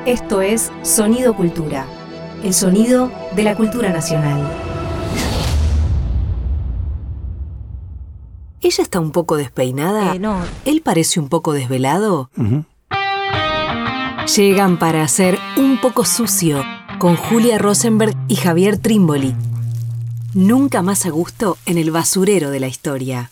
Esto es Sonido Cultura, el sonido de la cultura nacional. ¿Ella está un poco despeinada? No. ¿Él parece un poco desvelado? Llegan para hacer Un poco sucio con Julia Rosenberg y Javier Trimboli. Nunca más a gusto en el basurero de la historia.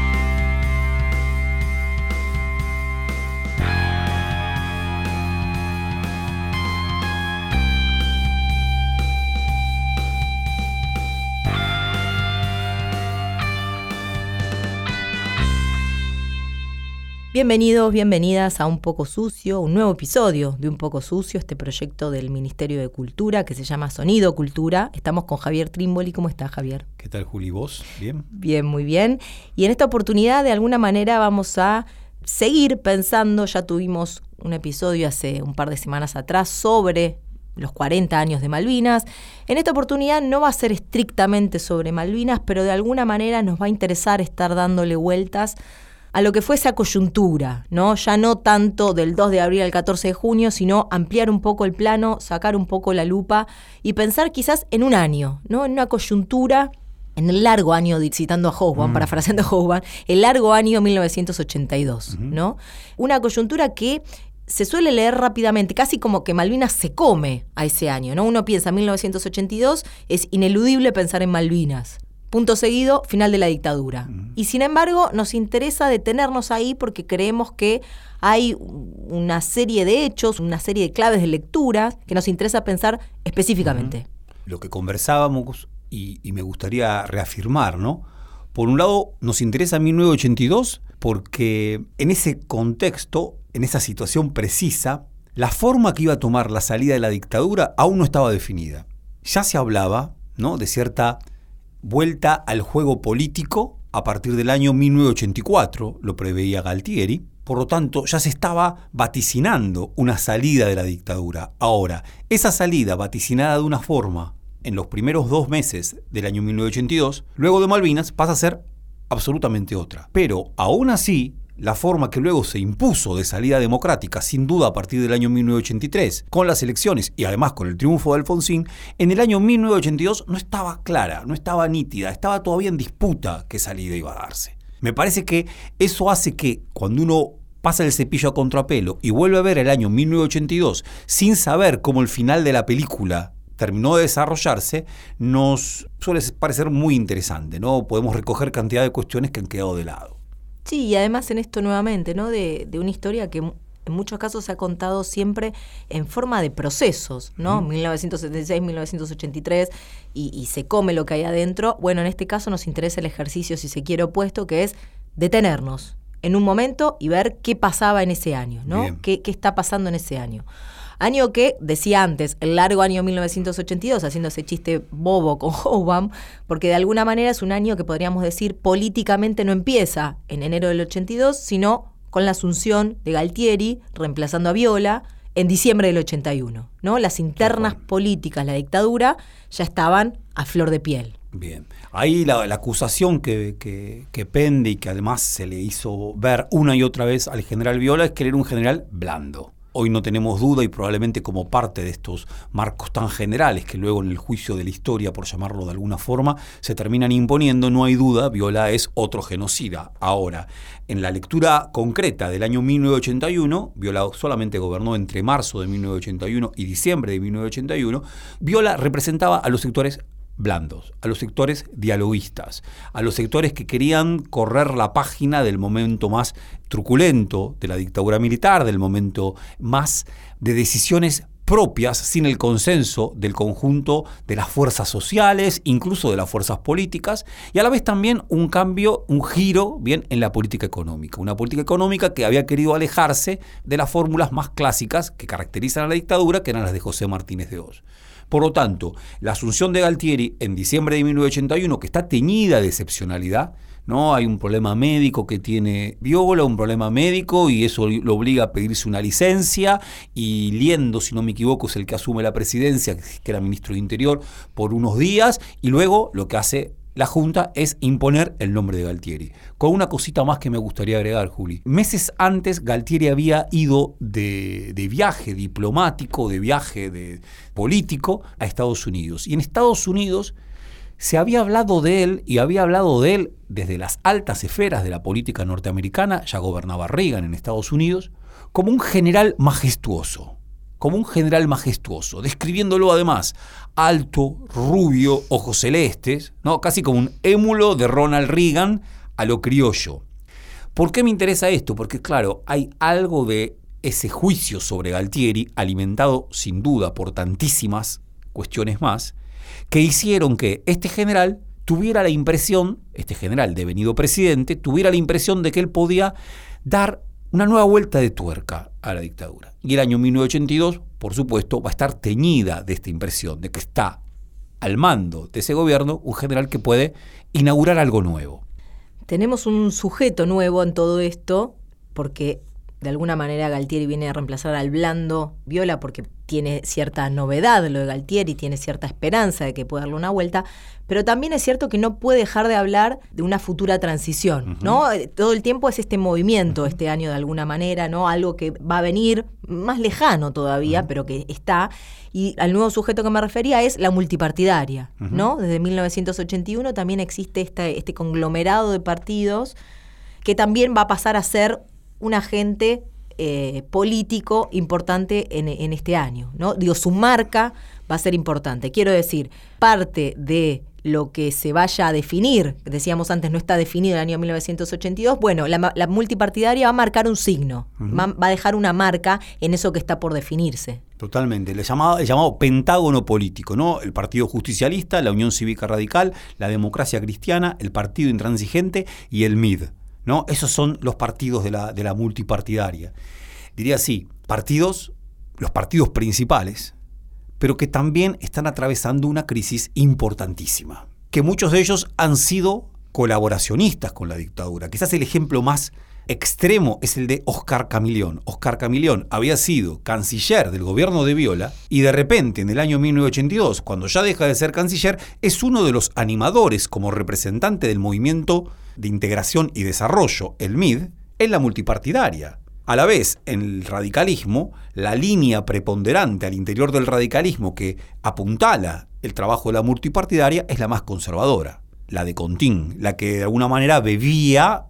Bienvenidos, bienvenidas a Un poco sucio, un nuevo episodio de Un poco sucio, este proyecto del Ministerio de Cultura que se llama Sonido Cultura. Estamos con Javier Trimboli. ¿Cómo estás, Javier? ¿Qué tal, Juli? ¿Vos? ¿Bien? Bien, muy bien. Y en esta oportunidad, de alguna manera, vamos a seguir pensando. Ya tuvimos un episodio hace un par de semanas atrás sobre los 40 años de Malvinas. En esta oportunidad no va a ser estrictamente sobre Malvinas, pero de alguna manera nos va a interesar estar dándole vueltas a lo que fue esa coyuntura, ¿no? Ya no tanto del 2 de abril al 14 de junio, sino ampliar un poco el plano, sacar un poco la lupa y pensar quizás en un año, ¿no? En una coyuntura, en el largo año, citando a Hobsbawm, parafraseando a Hobsbawm, el largo año 1982, ¿no? Una coyuntura que se suele leer rápidamente, casi como que Malvinas se come a ese año, ¿no? Uno piensa en 1982, es ineludible pensar en Malvinas. Punto seguido, final de la dictadura. Y sin embargo, nos interesa detenernos ahí porque creemos que hay una serie de hechos, una serie de claves de lectura que nos interesa pensar específicamente. Lo que conversábamos y me gustaría reafirmar, ¿no? Por un lado, nos interesa 1982 porque en ese contexto, en esa situación precisa, la forma que iba a tomar la salida de la dictadura aún no estaba definida. Ya se hablaba, ¿no?, de cierta vuelta al juego político a partir del año 1984, lo preveía Galtieri. Por lo tanto, ya se estaba vaticinando una salida de la dictadura. Ahora, esa salida vaticinada de una forma en los primeros 2 meses del año 1982, luego de Malvinas, pasa a ser absolutamente otra. Pero, aún así, la forma que luego se impuso de salida democrática, sin duda a partir del año 1983, con las elecciones y además con el triunfo de Alfonsín, en el año 1982 no estaba clara, no estaba nítida, estaba todavía en disputa qué salida iba a darse. Me parece que eso hace que cuando uno pasa el cepillo a contrapelo y vuelve a ver el año 1982 sin saber cómo el final de la película terminó de desarrollarse, nos suele parecer muy interesante, ¿no? Podemos recoger cantidad de cuestiones que han quedado de lado. Sí, y además en esto nuevamente, ¿no? De una historia que en muchos casos se ha contado siempre en forma de procesos, ¿no? 1976, 1983, y se come lo que hay adentro. Bueno, en este caso nos interesa el ejercicio, si se quiere, opuesto, que es detenernos en un momento y ver qué pasaba en ese año, ¿no? ¿Qué está pasando en ese año? Año que, decía antes, el largo año 1982, haciendo ese chiste bobo con Hobsbawm, porque de alguna manera es un año que podríamos decir políticamente no empieza en enero del 82, sino con la asunción de Galtieri, reemplazando a Viola, en diciembre del 81, ¿no? Las internas políticas, la dictadura, ya estaban a flor de piel. Bien. Ahí la acusación que pende y que además se le hizo ver una y otra vez al general Viola es que él era un general blando. Hoy no tenemos duda y probablemente como parte de estos marcos tan generales que luego en el juicio de la historia, por llamarlo de alguna forma, se terminan imponiendo, no hay duda, Viola es otro genocida. Ahora, en la lectura concreta del año 1981, Viola solamente gobernó entre marzo de 1981 y diciembre de 1981, Viola representaba a los sectores blandos, a los sectores dialoguistas, a los sectores que querían correr la página del momento más truculento de la dictadura militar, del momento más de decisiones propias sin el consenso del conjunto de las fuerzas sociales, incluso de las fuerzas políticas, y a la vez también un cambio, un giro bien en la política económica. Una política económica que había querido alejarse de las fórmulas más clásicas que caracterizan a la dictadura, que eran las de José Martínez de Oz. Por lo tanto, la asunción de Galtieri en diciembre de 1981, que está teñida de excepcionalidad, ¿no? Hay un problema médico que tiene Viola, un problema médico, y eso lo obliga a pedirse una licencia, y Liendo, si no me equivoco, es el que asume la presidencia, que era ministro de Interior, por unos días, y luego lo que hace la Junta es imponer el nombre de Galtieri. Con una cosita más que me gustaría agregar, Juli. Meses antes, Galtieri había ido de viaje diplomático, de viaje político a Estados Unidos. Y en Estados Unidos se había hablado de él, y había hablado de él desde las altas esferas de la política norteamericana, ya gobernaba Reagan en Estados Unidos, como un general majestuoso. Describiéndolo además alto, rubio, ojos celestes, ¿no? Casi como un émulo de Ronald Reagan a lo criollo. ¿Por qué me interesa esto? Porque claro, hay algo de ese juicio sobre Galtieri, alimentado sin duda por tantísimas cuestiones más, que hicieron que este general tuviera la impresión, este general devenido presidente, tuviera la impresión de que él podía dar una nueva vuelta de tuerca a la dictadura. Y el año 1982, por supuesto, va a estar teñida de esta impresión de que está al mando de ese gobierno un general que puede inaugurar algo nuevo. Tenemos un sujeto nuevo en todo esto, porque de alguna manera Galtieri viene a reemplazar al blando Viola, porque tiene cierta novedad lo de Galtieri, tiene cierta esperanza de que pueda darle una vuelta, pero también es cierto que no puede dejar de hablar de una futura transición, ¿no? Todo el tiempo es este movimiento, este año de alguna manera, ¿no? Algo que va a venir más lejano todavía, pero que está. Y al nuevo sujeto que me refería es la multipartidaria, ¿no? Desde 1981 también existe este conglomerado de partidos que también va a pasar a ser un agente político importante en este año, ¿no? Digo, su marca va a ser importante. Quiero decir, parte de lo que se vaya a definir, decíamos antes, no está definido el año 1982, bueno, la multipartidaria va a marcar un signo, va a dejar una marca en eso que está por definirse. Totalmente, el llamado pentágono político, ¿no? El Partido Justicialista, la Unión Cívica Radical, la Democracia Cristiana, el Partido Intransigente y el MID, ¿no? Esos son los partidos de la multipartidaria. Diría así, los partidos principales, pero que también están atravesando una crisis importantísima, que muchos de ellos han sido colaboracionistas con la dictadura. Quizás el ejemplo más extremo es el de Oscar Camillón. Oscar Camillón había sido canciller del gobierno de Viola y de repente en el año 1982, cuando ya deja de ser canciller, es uno de los animadores como representante del movimiento de integración y desarrollo, el MID, en la multipartidaria. A la vez, en el radicalismo, la línea preponderante al interior del radicalismo que apuntala el trabajo de la multipartidaria es la más conservadora, la de Contín, la que de alguna manera bebía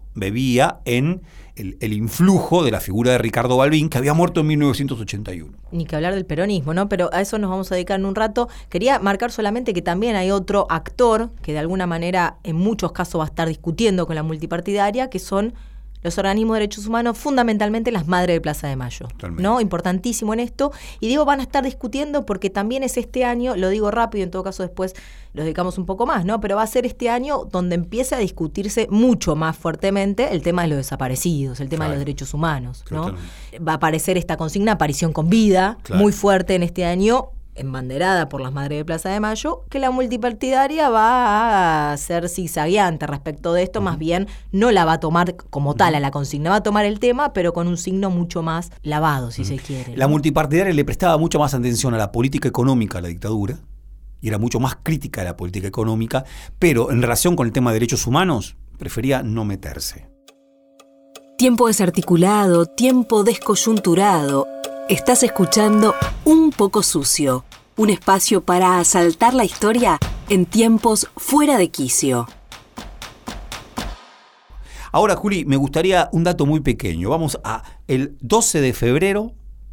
en el influjo de la figura de Ricardo Balbín, que había muerto en 1981. Ni que hablar del peronismo, ¿no? Pero a eso nos vamos a dedicar en un rato. Quería marcar solamente que también hay otro actor que de alguna manera en muchos casos va a estar discutiendo con la multipartidaria, que son los organismos de derechos humanos, fundamentalmente las Madres de Plaza de Mayo, ¿no? Importantísimo en esto. Y digo, van a estar discutiendo porque también es este año, lo digo rápido, en todo caso después lo dedicamos un poco más, ¿no? Pero va a ser este año donde empieza a discutirse mucho más fuertemente el tema de los desaparecidos, el tema de los derechos humanos, ¿no? Va a aparecer esta consigna, aparición con vida, muy fuerte en este año, embanderada por las Madres de Plaza de Mayo, que la multipartidaria va a ser zigzagueante respecto de esto, más bien no la va a tomar como tal a la consigna, va a tomar el tema, pero con un signo mucho más lavado, si se quiere. La multipartidaria le prestaba mucho más atención a la política económica de la dictadura, y era mucho más crítica de la política económica, pero en relación con el tema de derechos humanos, prefería no meterse. Tiempo desarticulado, tiempo descoyunturado. Estás escuchando Un Poco Sucio, un espacio para asaltar la historia en tiempos fuera de quicio. Ahora, Juli, me gustaría un dato muy pequeño. Vamos a el 12 de febrero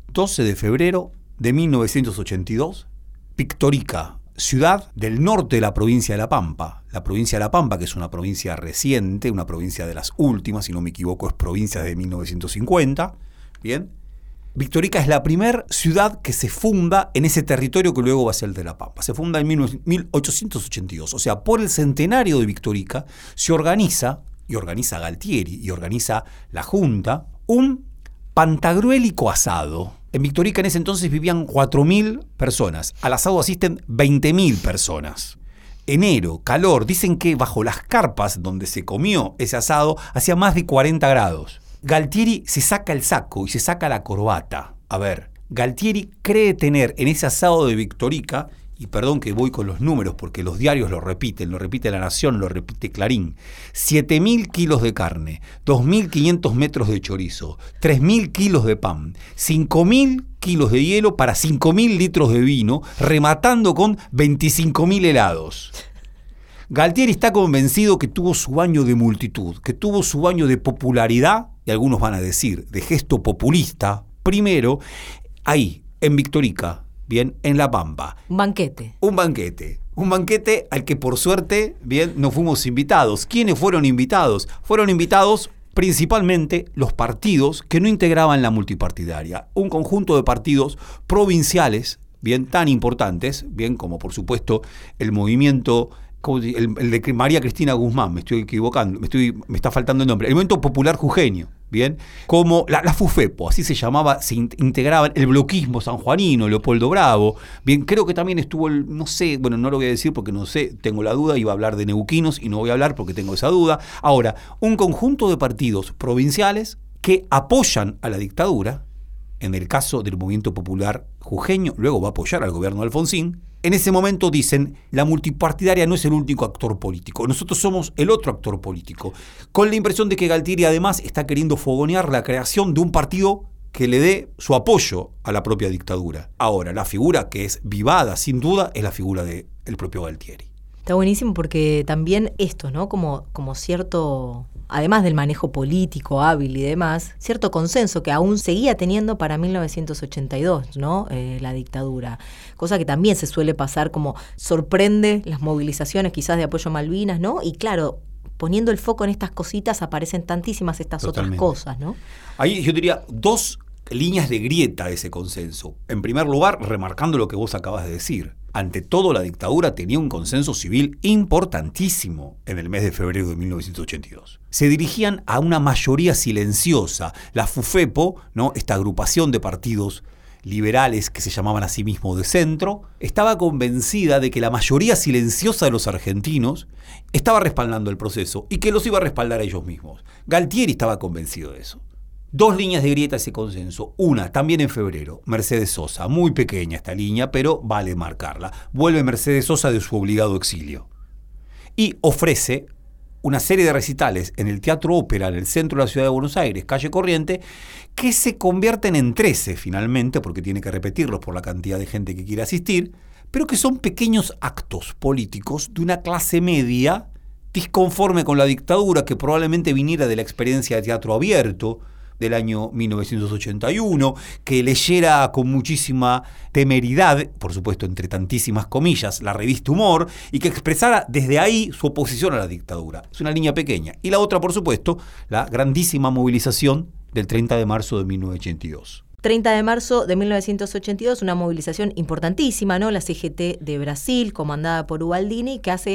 de 1982, Victorica, ciudad del norte de la provincia de La Pampa. La provincia de La Pampa, que es una provincia reciente, una provincia de las últimas, si no me equivoco, es provincia de 1950. Bien. Victorica es la primera ciudad que se funda en ese territorio que luego va a ser el de La Pampa. Se funda en 1882. O sea, por el centenario de Victorica se organiza, y organiza Galtieri, y organiza la Junta, un pantagruélico asado. En Victorica en ese entonces vivían 4.000 personas. Al asado asisten 20.000 personas. Enero, calor. Dicen que bajo las carpas donde se comió ese asado hacía más de 40 grados. Galtieri se saca el saco y se saca la corbata. A ver, Galtieri cree tener en ese asado de Victorica, y perdón que voy con los números porque los diarios lo repite La Nación, lo repite Clarín, 7.000 kilos de carne, 2.500 metros de chorizo, 3.000 kilos de pan, 5.000 kilos de hielo para 5.000 litros de vino, rematando con 25.000 helados. Galtieri está convencido que tuvo su baño de multitud, que tuvo su baño de popularidad, y algunos van a decir, de gesto populista, primero, ahí, en Victorica, bien, en La Pampa. Un banquete. Un banquete al que por suerte, bien, no fuimos invitados. ¿Quiénes fueron invitados? Fueron invitados principalmente los partidos que no integraban la multipartidaria. Un conjunto de partidos provinciales, bien, tan importantes, bien, como por supuesto el movimiento... El de María Cristina Guzmán, me estoy equivocando, me está faltando el nombre, el Movimiento Popular Jujeño, bien, como la FUFEPO, así se llamaba, se integraban el bloquismo sanjuanino, Leopoldo Bravo, bien, creo que también estuvo, no sé, bueno, no lo voy a decir porque no sé, tengo la duda, iba a hablar de neuquinos y no voy a hablar porque tengo esa duda. Ahora, un conjunto de partidos provinciales que apoyan a la dictadura, en el caso del Movimiento Popular Jujeño, luego va a apoyar al gobierno de Alfonsín. En ese momento dicen, la multipartidaria no es el único actor político, nosotros somos el otro actor político, con la impresión de que Galtieri además está queriendo fogonear la creación de un partido que le dé su apoyo a la propia dictadura. Ahora, la figura que es vivada, sin duda, es la figura del propio Galtieri. Está buenísimo porque también esto, ¿no? Como cierto, además del manejo político hábil y demás, cierto consenso que aún seguía teniendo para 1982, ¿no? La dictadura. Cosa que también se suele pasar como sorprende las movilizaciones quizás de apoyo a Malvinas, ¿no? Y claro, poniendo el foco en estas cositas aparecen tantísimas estas Totalmente. otras cosas, ¿no? Ahí yo diría dos líneas de grieta de ese consenso. En primer lugar, remarcando lo que vos acabas de decir. Ante todo, la dictadura tenía un consenso civil importantísimo en el mes de febrero de 1982. Se dirigían a una mayoría silenciosa. La FUFEPO, ¿no? Esta agrupación de partidos liberales que se llamaban a sí mismos de centro, estaba convencida de que la mayoría silenciosa de los argentinos estaba respaldando el proceso y que los iba a respaldar a ellos mismos. Galtieri estaba convencido de eso. Dos líneas de grieta ese consenso. Una, también en febrero, Mercedes Sosa. Muy pequeña esta línea, pero vale marcarla. Vuelve Mercedes Sosa de su obligado exilio. Y ofrece una serie de recitales en el Teatro Ópera, en el centro de la ciudad de Buenos Aires, calle Corriente, que se convierten en 13 finalmente, porque tiene que repetirlos por la cantidad de gente que quiere asistir, pero que son pequeños actos políticos de una clase media disconforme con la dictadura, que probablemente viniera de la experiencia de teatro abierto, del año 1981, que leyera con muchísima temeridad, por supuesto entre tantísimas comillas, la revista Humor, y que expresara desde ahí su oposición a la dictadura. Es una línea pequeña. Y la otra, por supuesto, la grandísima movilización del 30 de marzo de 1982. 30 de marzo de 1982, una movilización importantísima, ¿no? La CGT de Brasil, comandada por Ubaldini, que hace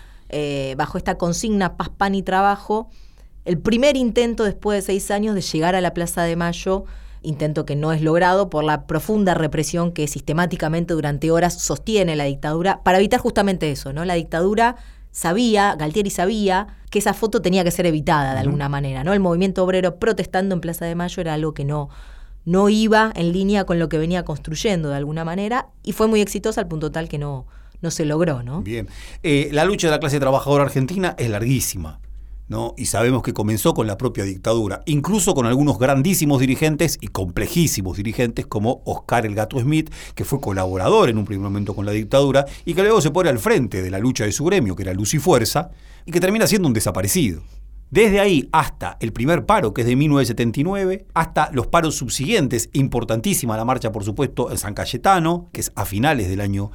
bajo esta consigna Paz, Pan y Trabajo, el primer intento después de 6 años de llegar a la Plaza de Mayo, intento que no es logrado por la profunda represión que sistemáticamente durante horas sostiene la dictadura, para evitar justamente eso, ¿no? La dictadura Galtieri sabía que esa foto tenía que ser evitada de alguna manera, ¿no? El movimiento obrero protestando en Plaza de Mayo era algo que no iba en línea con lo que venía construyendo de alguna manera, y fue muy exitosa al punto tal que no se logró, ¿no? Bien. La lucha de la clase trabajadora argentina es larguísima, ¿no? Y sabemos que comenzó con la propia dictadura, incluso con algunos grandísimos dirigentes y complejísimos dirigentes como Oscar El Gato Smith, que fue colaborador en un primer momento con la dictadura y que luego se pone al frente de la lucha de su gremio, que era Luz y Fuerza, y que termina siendo un desaparecido. Desde ahí hasta el primer paro, que es de 1979, hasta los paros subsiguientes, importantísima la marcha, por supuesto, en San Cayetano, que es a finales del año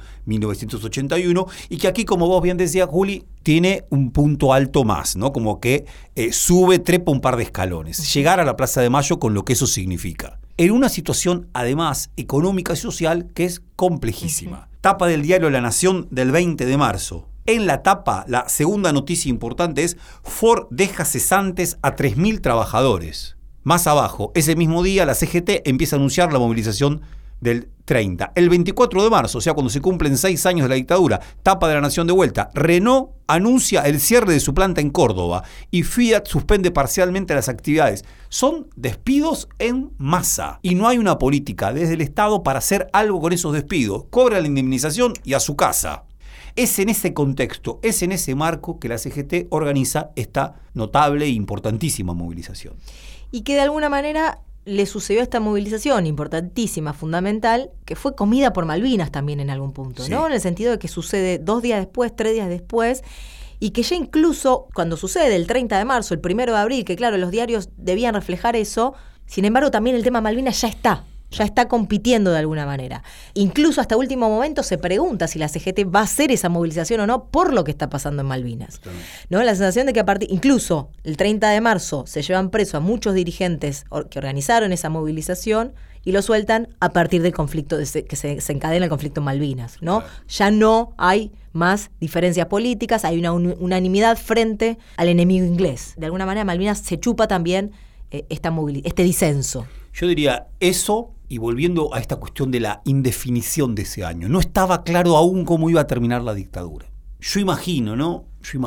1981, y que aquí, como vos bien decías, Juli, tiene un punto alto más, ¿no? Como que trepa un par de escalones. Llegar a la Plaza de Mayo con lo que eso significa. En una situación, además, económica y social que es complejísima. Tapa del diario La Nación del 20 de marzo. En la tapa, la segunda noticia importante es: Ford deja cesantes a 3.000 trabajadores. Más abajo, ese mismo día, la CGT empieza a anunciar la movilización del 30. El 24 de marzo, o sea, cuando se cumplen 6 años de la dictadura, tapa de La Nación de vuelta, Renault anuncia el cierre de su planta en Córdoba y Fiat suspende parcialmente las actividades. Son despidos en masa y no hay una política desde el Estado para hacer algo con esos despidos. Cobra la indemnización y a su casa. Es en ese contexto, es en ese marco que la CGT organiza esta notable e importantísima movilización. Y que de alguna manera le sucedió a esta movilización importantísima, fundamental, que fue comida por Malvinas también en algún punto, sí, ¿no? En el sentido de que sucede 2 días después, 3 días después, y que ya incluso cuando sucede el 30 de marzo, el 1 de abril, que claro, los diarios debían reflejar eso, sin embargo también el tema Malvinas ya está compitiendo de alguna manera. Incluso hasta último momento se pregunta si la CGT va a hacer esa movilización o no por lo que está pasando en Malvinas, ¿no? La sensación de que incluso el 30 de marzo se llevan preso a muchos dirigentes que organizaron esa movilización y lo sueltan a partir del conflicto que se encadena el conflicto en Malvinas, ¿no? Claro. Ya no hay más diferencias políticas, hay una unanimidad frente al enemigo inglés. De alguna manera Malvinas se chupa también este disenso. Yo diría eso, y volviendo a esta cuestión de la indefinición de ese año, no estaba claro aún cómo iba a terminar la dictadura. Yo imagino,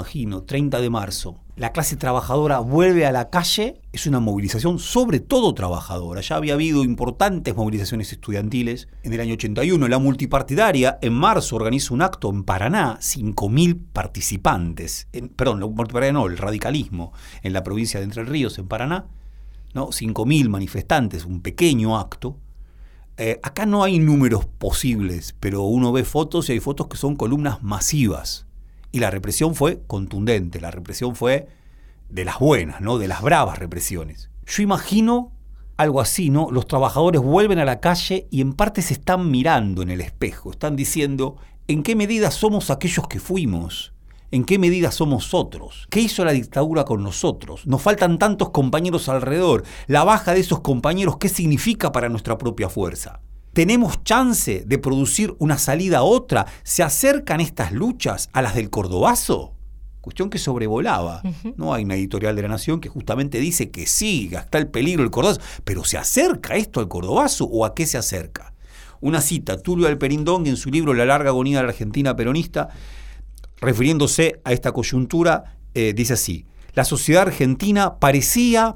30 de marzo, la clase trabajadora vuelve a la calle, es una movilización sobre todo trabajadora. Ya había habido importantes movilizaciones estudiantiles en el año 81. La multipartidaria en marzo organiza un acto en Paraná, 5.000 participantes. El radicalismo en la provincia de Entre Ríos, en Paraná, ¿no? 5.000 manifestantes, un pequeño acto. Acá no hay números posibles, pero uno ve fotos y hay fotos que son columnas masivas. Y la represión fue contundente, la represión fue de las buenas, ¿no? De las bravas represiones. Yo imagino algo así, ¿no? Los trabajadores vuelven a la calle y en parte se están mirando en el espejo, están diciendo ¿en qué medida somos aquellos que fuimos? ¿En qué medida somos otros? ¿Qué hizo la dictadura con nosotros? Nos faltan tantos compañeros alrededor. La baja de esos compañeros, ¿qué significa para nuestra propia fuerza? ¿Tenemos chance de producir una salida a otra? ¿Se acercan estas luchas a las del Cordobazo? Cuestión que sobrevolaba. No hay una editorial de La Nación que justamente dice que sí, está el peligro del Cordobazo. Pero ¿se acerca esto al Cordobazo o a qué se acerca? Una cita, Tulio Alperindón, en su libro La larga agonía de la Argentina peronista, refiriéndose a esta coyuntura, dice así: la sociedad argentina parecía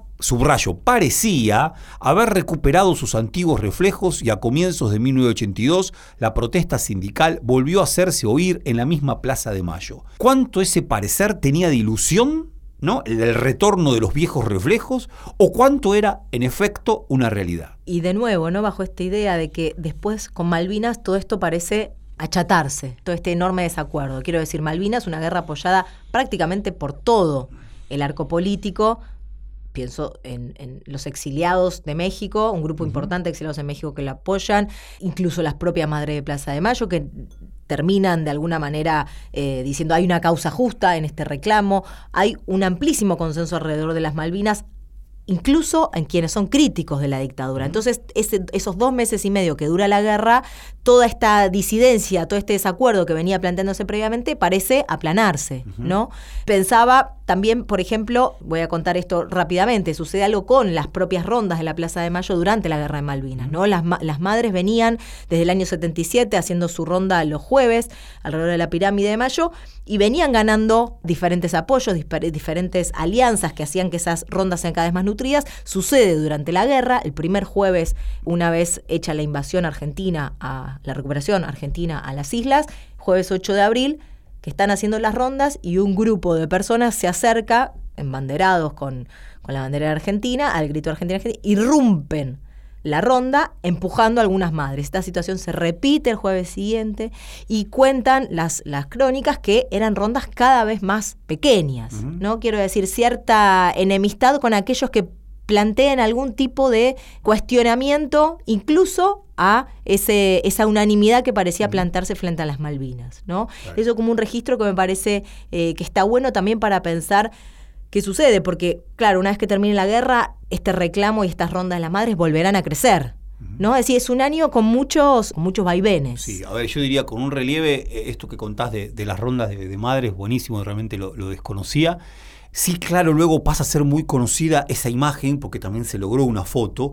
haber recuperado sus antiguos reflejos y a comienzos de 1982 la protesta sindical volvió a hacerse oír en la misma Plaza de Mayo. ¿Cuánto ese parecer tenía de ilusión, ¿no? El retorno de los viejos reflejos, o cuánto era, en efecto, una realidad? Y de nuevo, ¿no? Bajo esta idea de que después con Malvinas todo esto parece achatarse, todo este enorme desacuerdo. Quiero decir, Malvinas, una guerra apoyada prácticamente por todo el arco político. Pienso en los exiliados de México, un grupo importante de exiliados en México que la apoyan, incluso las propias Madres de Plaza de Mayo, que terminan de alguna manera diciendo hay una causa justa en este reclamo, hay un amplísimo consenso alrededor de las Malvinas, incluso en quienes son críticos de la dictadura. Entonces, esos 2 meses y medio que dura la guerra, toda esta disidencia, todo este desacuerdo que venía planteándose previamente parece aplanarse, ¿no? Pensaba también, por ejemplo, voy a contar esto rápidamente, sucede algo con las propias rondas de la Plaza de Mayo durante la Guerra de Malvinas, ¿no? Las madres venían desde el año 77 haciendo su ronda los jueves alrededor de la Pirámide de Mayo y venían ganando diferentes apoyos, diferentes alianzas que hacían que esas rondas sean cada vez más nutridas. Sucede durante la guerra, el primer jueves, una vez hecha la invasión argentina, la recuperación argentina a las islas, jueves 8 de abril, que están haciendo las rondas y un grupo de personas se acerca, embanderados con la bandera argentina, al grito Argentina, irrumpen la ronda empujando a algunas madres. Esta situación se repite el jueves siguiente y cuentan las crónicas que eran rondas cada vez más pequeñas, ¿no? Quiero decir, cierta enemistad con aquellos que planteen algún tipo de cuestionamiento, incluso a esa unanimidad que parecía plantarse frente a las Malvinas, ¿no? Claro. Eso como un registro que me parece que está bueno también para pensar qué sucede, porque, claro, una vez que termine la guerra, este reclamo y estas rondas de las madres volverán a crecer, ¿no? Es decir, es un año con muchos vaivenes. Sí, a ver, yo diría con un relieve, esto que contás de las rondas de madres, buenísimo, realmente lo desconocía. Sí, claro, luego pasa a ser muy conocida esa imagen, porque también se logró una foto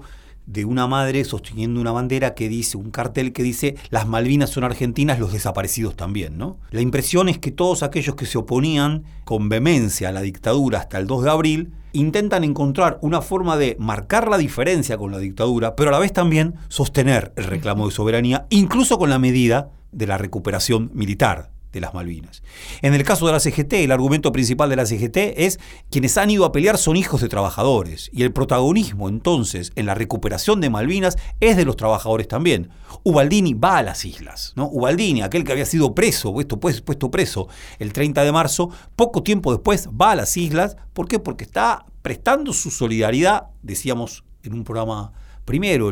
de una madre sosteniendo una bandera que dice, un cartel que dice, las Malvinas son argentinas, los desaparecidos también, ¿no? La impresión es que todos aquellos que se oponían con vehemencia a la dictadura hasta el 2 de abril intentan encontrar una forma de marcar la diferencia con la dictadura, pero a la vez también sostener el reclamo de soberanía, incluso con la medida de la recuperación militar de las Malvinas. En el caso de la CGT, el argumento principal de la CGT es quienes han ido a pelear son hijos de trabajadores, y el protagonismo entonces en la recuperación de Malvinas es de los trabajadores también. Ubaldini va a las islas, ¿no? Ubaldini, aquel que había sido puesto preso el 30 de marzo, poco tiempo después va a las islas. ¿Por qué? Porque está prestando su solidaridad, decíamos en un programa primero,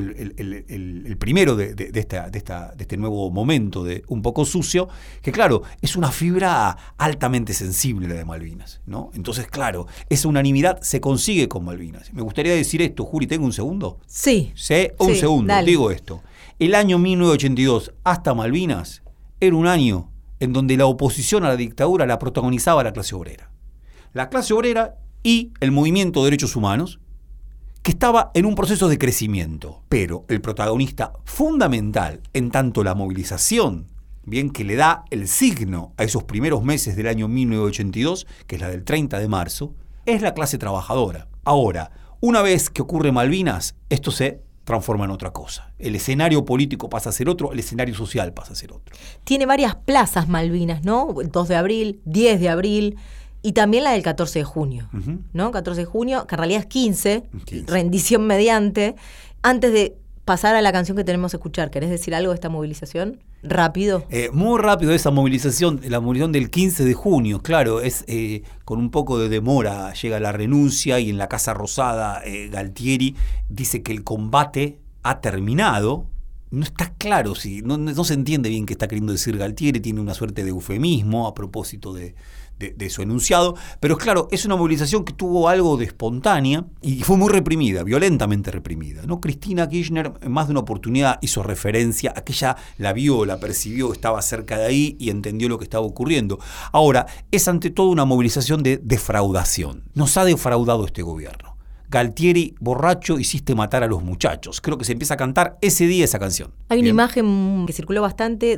el primero de este nuevo momento de Un Poco Sucio, que claro, es una fibra altamente sensible la de Malvinas, ¿no? Entonces, claro, esa unanimidad se consigue con Malvinas. Me gustaría decir esto, Juli, ¿tengo un segundo? Sí. Un segundo, dale. Digo esto. El año 1982 hasta Malvinas era un año en donde la oposición a la dictadura la protagonizaba la clase obrera. La clase obrera y el movimiento de derechos humanos, que estaba en un proceso de crecimiento, pero el protagonista fundamental en tanto la movilización, bien, que le da el signo a esos primeros meses del año 1982, que es la del 30 de marzo, es la clase trabajadora. Ahora, una vez que ocurre Malvinas, esto se transforma en otra cosa. El escenario político pasa a ser otro, el escenario social pasa a ser otro. Tiene varias plazas Malvinas, ¿no? El 2 de abril, 10 de abril... Y también la del 14 de junio, ¿no? 14 de junio, que en realidad es 15, rendición mediante. Antes de pasar a la canción que tenemos que escuchar, ¿querés decir algo de esta movilización? ¿Rápido? Muy rápido esa movilización, la movilización del 15 de junio, claro, es con un poco de demora, llega la renuncia y en la Casa Rosada Galtieri dice que el combate ha terminado. No está claro, no se entiende bien qué está queriendo decir Galtieri, tiene una suerte de eufemismo a propósito de su enunciado, pero claro, es una movilización que tuvo algo de espontánea y fue muy reprimida, violentamente reprimida, ¿no? Cristina Kirchner en más de una oportunidad hizo referencia a que ella la vio, la percibió, estaba cerca de ahí y entendió lo que estaba ocurriendo. Ahora, es ante todo una movilización de defraudación. Nos ha defraudado este gobierno. Galtieri, borracho, hiciste matar a los muchachos. Creo que se empieza a cantar ese día esa canción. Hay una imagen que circuló bastante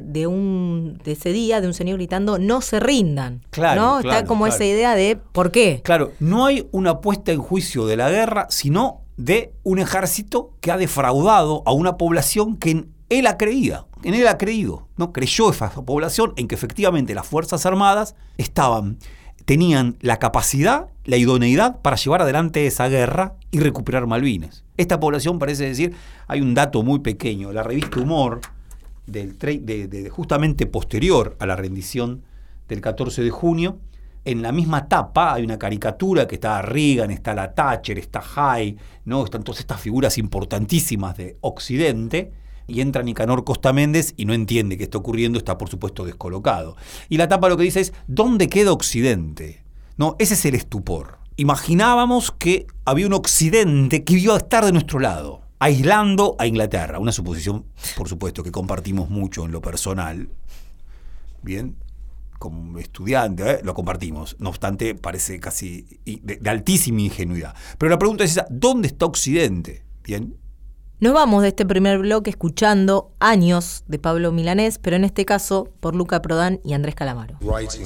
de ese día, de un señor gritando, no se rindan. Claro, ¿no? Está como esa idea de ¿por qué? Claro, no hay una puesta en juicio de la guerra, sino de un ejército que ha defraudado a una población que en él ha creído, ¿no? Creyó esa población en que efectivamente las Fuerzas Armadas tenían la capacidad, la idoneidad para llevar adelante esa guerra y recuperar Malvinas. Esta población parece decir, hay un dato muy pequeño, la revista Humor, justamente posterior a la rendición del 14 de junio, en la misma tapa hay una caricatura que está Reagan, está la Thatcher, está Hay, ¿no? Están todas estas figuras importantísimas de Occidente, y entra Nicanor Costa Méndez y no entiende qué está ocurriendo, está por supuesto descolocado. Y la tapa lo que dice es, ¿dónde queda Occidente? No, ese es el estupor. Imaginábamos que había un Occidente que iba a estar de nuestro lado, aislando a Inglaterra. Una suposición, por supuesto, que compartimos mucho en lo personal. Bien, como estudiante, lo compartimos. No obstante, parece casi de altísima ingenuidad. Pero la pregunta es esa, ¿dónde está Occidente? Bien. Nos vamos de este primer bloque escuchando Años de Pablo Milanés, pero en este caso por Luca Prodan y Andrés Calamaro.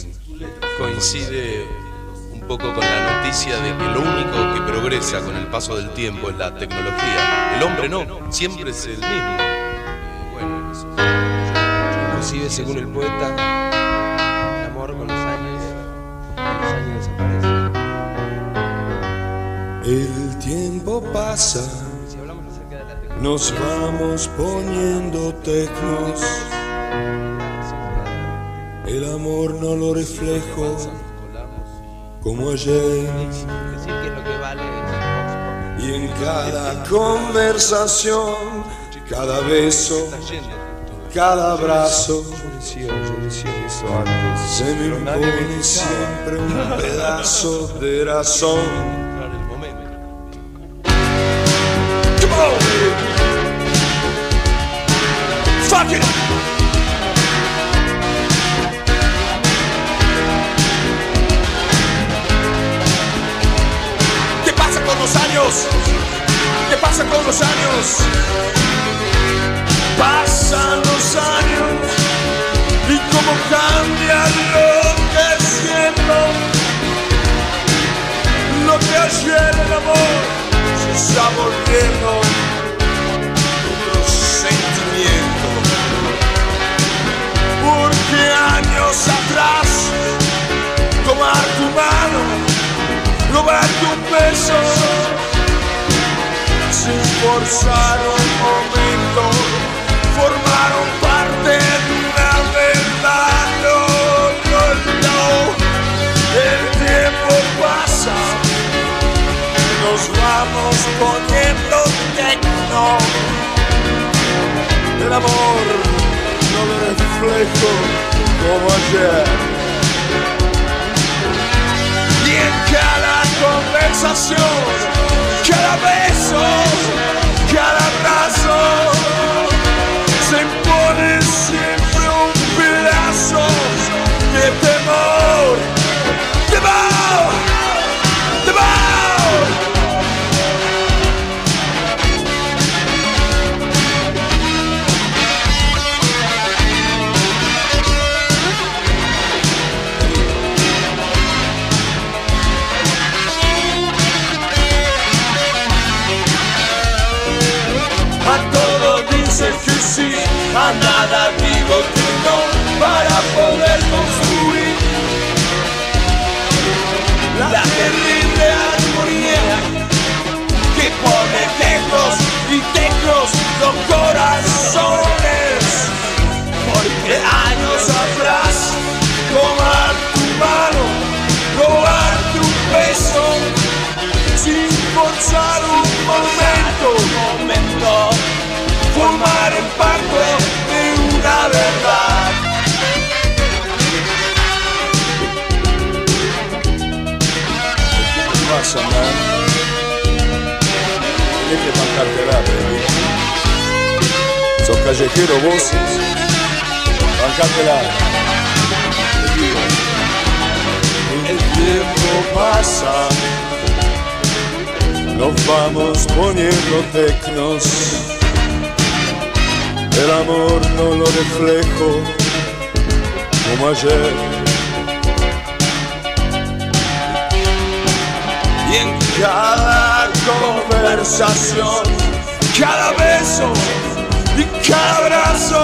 Coincide un poco con la noticia de que lo único que progresa con el paso del tiempo es la tecnología. El hombre no, siempre es el mismo. Bueno, eso. Inclusive según el poeta, el amor con los años desaparece. El tiempo pasa. Nos vamos poniendo tecnos. El amor no lo reflejo como ayer. Y en cada conversación, cada beso, cada abrazo, se me impone siempre un pedazo de razón. Fuck it! ¿Qué pasa con los años? ¿Qué pasa con los años? amor se está volviendo otro sentimiento. Porque años atrás, tomar tu mano, robarte un beso, sin forzar un momento, formaron parte de una verdad. No, no, no. El tiempo pasa, nos vamos poniendo tecno. El amor no lo reflejo como ayer. Y en cada conversación, cada beso, cada abrazo, se impone siempre un pedazo de temor. Temor, temor. A todo dicen que sí, a nada digo que no, para poder construir la terrible armonía que pone tecnos y tecnos los corazones. Porque años atrás, tomar tu mano, robarte un beso, sin forzar un momento, formar en parte de una verdad. ¿Qué pasa, man? Tienes que bancártela, baby. Sos callejero vos. Bancártela. El tiempo pasa, nos vamos poniendo tecnos. El amor no lo reflejo como ayer. Y en cada conversación, cada beso y cada abrazo,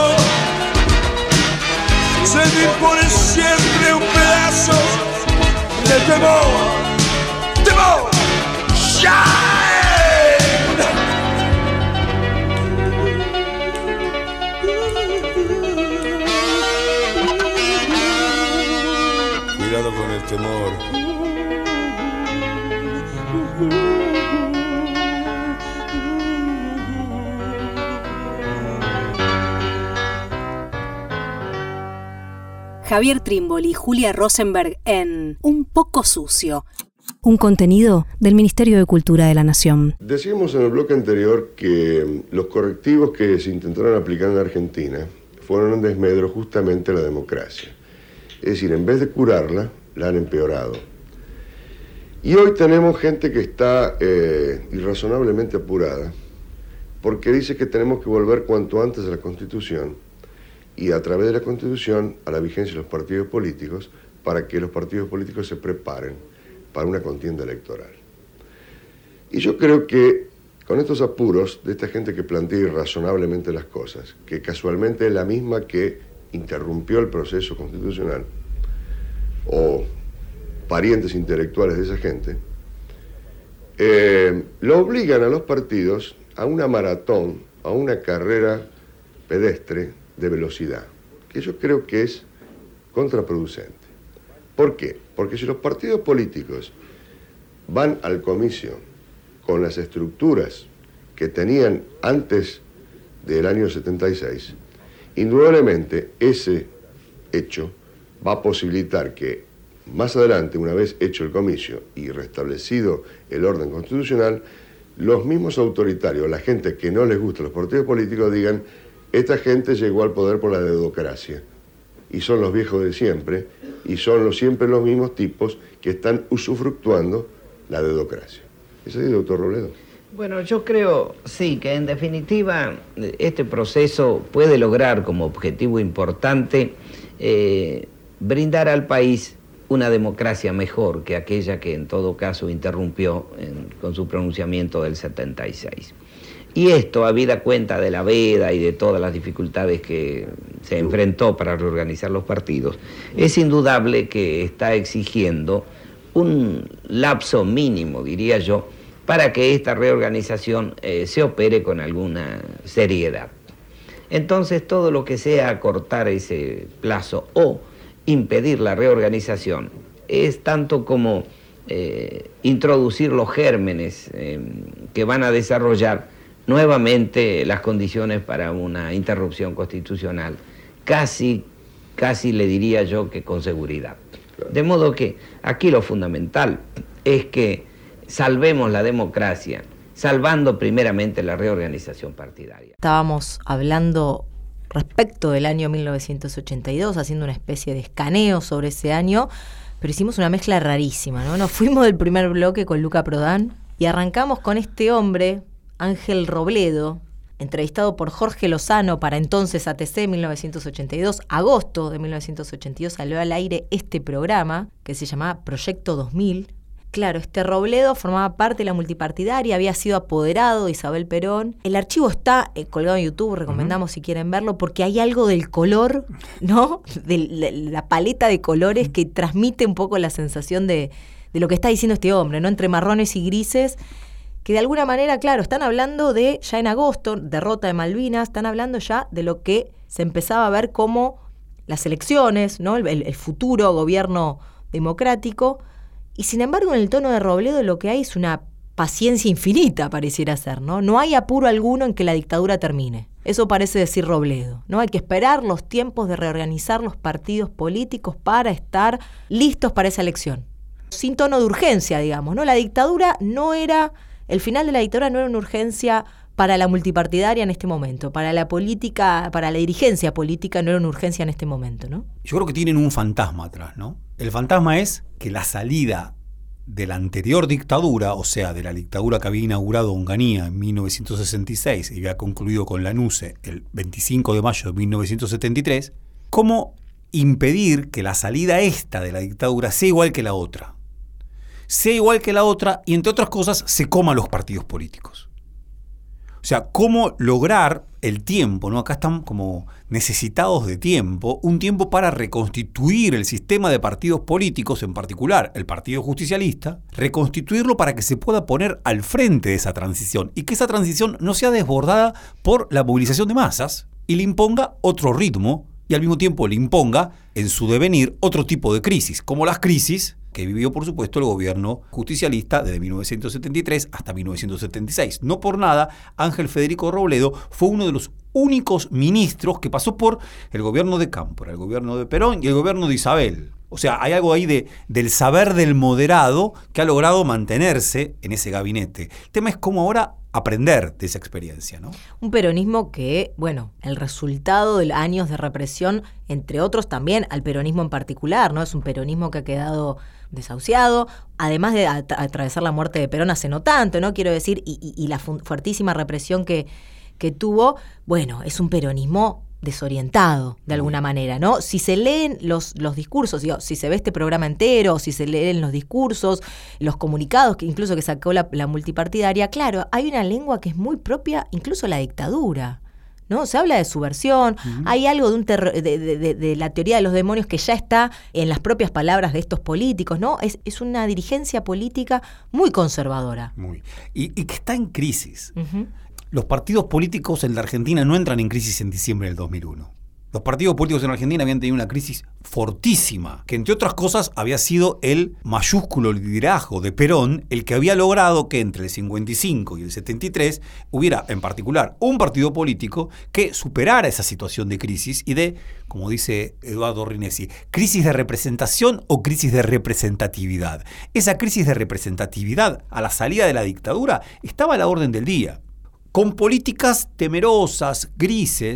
se me pone siempre un pedazo de temor. Temor. Shine. Cuidado con el temor. Javier Trímboli y Julia Rosenberg en Un poco sucio. Un contenido del Ministerio de Cultura de la Nación. Decíamos en el bloque anterior que los correctivos que se intentaron aplicar en Argentina fueron en desmedro justamente a la democracia. Es decir, en vez de curarla, la han empeorado. Y hoy tenemos gente que está irrazonablemente apurada porque dice que tenemos que volver cuanto antes a la Constitución y a través de la Constitución a la vigencia de los partidos políticos para que los partidos políticos se preparen para una contienda electoral. Y yo creo que con estos apuros de esta gente que plantea irrazonablemente las cosas, que casualmente es la misma que interrumpió el proceso constitucional, o parientes intelectuales de esa gente, lo obligan a los partidos a una maratón, a una carrera pedestre de velocidad, que yo creo que es contraproducente. ¿Por qué? Porque si los partidos políticos van al comicio con las estructuras que tenían antes del año 76, indudablemente ese hecho va a posibilitar que más adelante, una vez hecho el comicio y restablecido el orden constitucional, los mismos autoritarios, la gente que no les gusta los partidos políticos, digan: esta gente llegó al poder por la dedocracia. Y son los viejos de siempre, y son siempre los mismos tipos que están usufructuando la dedocracia. ¿Es así, doctor Robledo? Bueno, yo creo, sí, que en definitiva este proceso puede lograr como objetivo importante brindar al país una democracia mejor que aquella que en todo caso interrumpió con su pronunciamiento del 76. Y esto, habida cuenta de la veda y de todas las dificultades que se enfrentó para reorganizar los partidos, es indudable que está exigiendo un lapso mínimo, diría yo, para que esta reorganización se opere con alguna seriedad. Entonces, todo lo que sea acortar ese plazo o impedir la reorganización es tanto como introducir los gérmenes que van a desarrollar nuevamente las condiciones para una interrupción constitucional, casi le diría yo que con seguridad. De modo que aquí lo fundamental es que salvemos la democracia, salvando primeramente la reorganización partidaria. Estábamos hablando respecto del año 1982, haciendo una especie de escaneo sobre ese año, pero hicimos una mezcla rarísima, ¿no? Nos fuimos del primer bloque con Luca Prodan y arrancamos con este hombre, Ángel Robledo, entrevistado por Jorge Lozano para entonces ATC 1982, agosto de 1982 salió al aire este programa que se llamaba Proyecto 2000. Claro, este Robledo formaba parte de la multipartidaria, había sido apoderado de Isabel Perón. El archivo está colgado en YouTube, recomendamos si quieren verlo, porque hay algo del color, ¿no? De la paleta de colores que transmite un poco la sensación de lo que está diciendo este hombre, ¿no? Entre marrones y grises, que de alguna manera, claro, están hablando de, ya en agosto, derrota de Malvinas, están hablando ya de lo que se empezaba a ver como las elecciones, ¿no? El futuro gobierno democrático. Y sin embargo, en el tono de Robledo lo que hay es una paciencia infinita, pareciera ser, ¿no? No hay apuro alguno en que la dictadura termine. Eso parece decir Robledo, ¿no? Hay que esperar los tiempos de reorganizar los partidos políticos para estar listos para esa elección. Sin tono de urgencia, digamos, ¿no? La dictadura no era... El final de la dictadura no era una urgencia para la multipartidaria en este momento, para la política, para la dirigencia política no era una urgencia en este momento, ¿no? Yo creo que tienen un fantasma atrás, ¿no? El fantasma es que la salida de la anterior dictadura, o sea, de la dictadura que había inaugurado Onganía en 1966 y había concluido con Lanusse el 25 de mayo de 1973, ¿cómo impedir que la salida esta de la dictadura sea igual que la otra? Sea igual que la otra y, entre otras cosas, se coma los partidos políticos. O sea, cómo lograr el tiempo, ¿no? Acá están como necesitados de tiempo, un tiempo para reconstituir el sistema de partidos políticos, en particular el Partido Justicialista, reconstituirlo para que se pueda poner al frente de esa transición y que esa transición no sea desbordada por la movilización de masas y le imponga otro ritmo y al mismo tiempo le imponga en su devenir otro tipo de crisis, como las crisis que vivió, por supuesto, el gobierno justicialista desde 1973 hasta 1976. No por nada, Ángel Federico Robledo fue uno de los únicos ministros que pasó por el gobierno de Cámpora, el gobierno de Perón y el gobierno de Isabel. O sea, hay algo ahí del saber del moderado que ha logrado mantenerse en ese gabinete. El tema es cómo ahora aprender de esa experiencia, ¿no? Un peronismo que, bueno, el resultado de años de represión, entre otros también al peronismo en particular, ¿no? Es un peronismo que ha quedado desahuciado, además de atravesar la muerte de Perón hace no tanto, ¿no? Quiero decir, y la fuertísima represión que tuvo, bueno, es un peronismo desorientado de alguna manera, ¿no? Si se leen los discursos, digo, si se ve este programa entero, si se leen los discursos, los comunicados que incluso que sacó la multipartidaria, claro, hay una lengua que es muy propia, incluso la dictadura, ¿no? Se habla de subversión, hay algo de la teoría de los demonios que ya está en las propias palabras de estos políticos, ¿no? Es una dirigencia política muy conservadora. Y que está en crisis. Los partidos políticos en la Argentina no entran en crisis en diciembre del 2001. Los partidos políticos en Argentina habían tenido una crisis fortísima, que entre otras cosas había sido el mayúsculo liderazgo de Perón el que había logrado que entre el 55 y el 73 hubiera en particular un partido político que superara esa situación de crisis y de, como dice Eduardo Rinesi, crisis de representación o crisis de representatividad. Esa crisis de representatividad a la salida de la dictadura estaba a la orden del día. Con políticas temerosas, grises,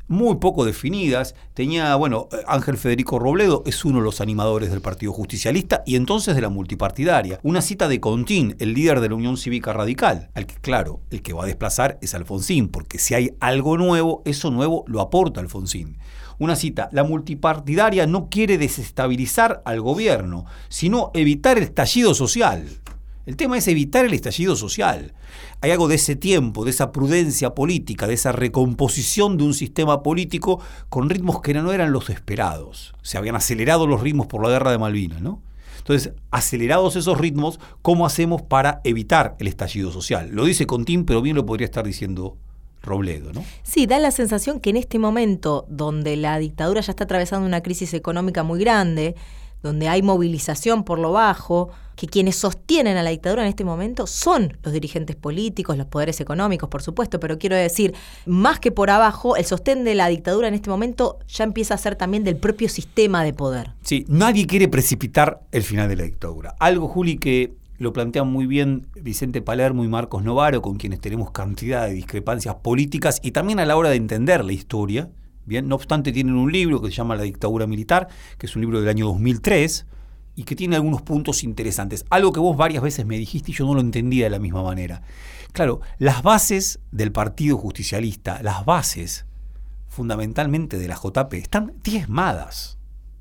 muy poco definidas. Tenía, Ángel Federico Robledo es uno de los animadores del Partido Justicialista y entonces de la multipartidaria. Una cita de Contín, el líder de la Unión Cívica Radical, al que, claro, el que va a desplazar es Alfonsín, porque si hay algo nuevo, eso nuevo lo aporta Alfonsín. Una cita: la multipartidaria no quiere desestabilizar al gobierno, sino evitar el estallido social. El tema es evitar el estallido social. Hay algo de ese tiempo, de esa prudencia política, de esa recomposición de un sistema político con ritmos que no eran los esperados. Se habían acelerado los ritmos por la guerra de Malvinas, ¿no? Entonces, acelerados esos ritmos, ¿cómo hacemos para evitar el estallido social? Lo dice Contín, pero bien lo podría estar diciendo Robledo, ¿no? Sí, da la sensación que en este momento, donde la dictadura ya está atravesando una crisis económica muy grande, donde hay movilización por lo bajo, que quienes sostienen a la dictadura en este momento son los dirigentes políticos, los poderes económicos, por supuesto, pero quiero decir, más que por abajo, el sostén de la dictadura en este momento ya empieza a ser también del propio sistema de poder. Sí, nadie quiere precipitar el final de la dictadura. Algo, Juli, que lo plantean muy bien Vicente Palermo y Marcos Novaro, con quienes tenemos cantidad de discrepancias políticas y también a la hora de entender la historia. Bien, no obstante, tienen un libro que se llama La dictadura militar, que es un libro del año 2003 y que tiene algunos puntos interesantes. Algo que vos varias veces me dijiste y yo no lo entendía de la misma manera. Claro, las bases del Partido Justicialista, las bases fundamentalmente de la JP, están diezmadas.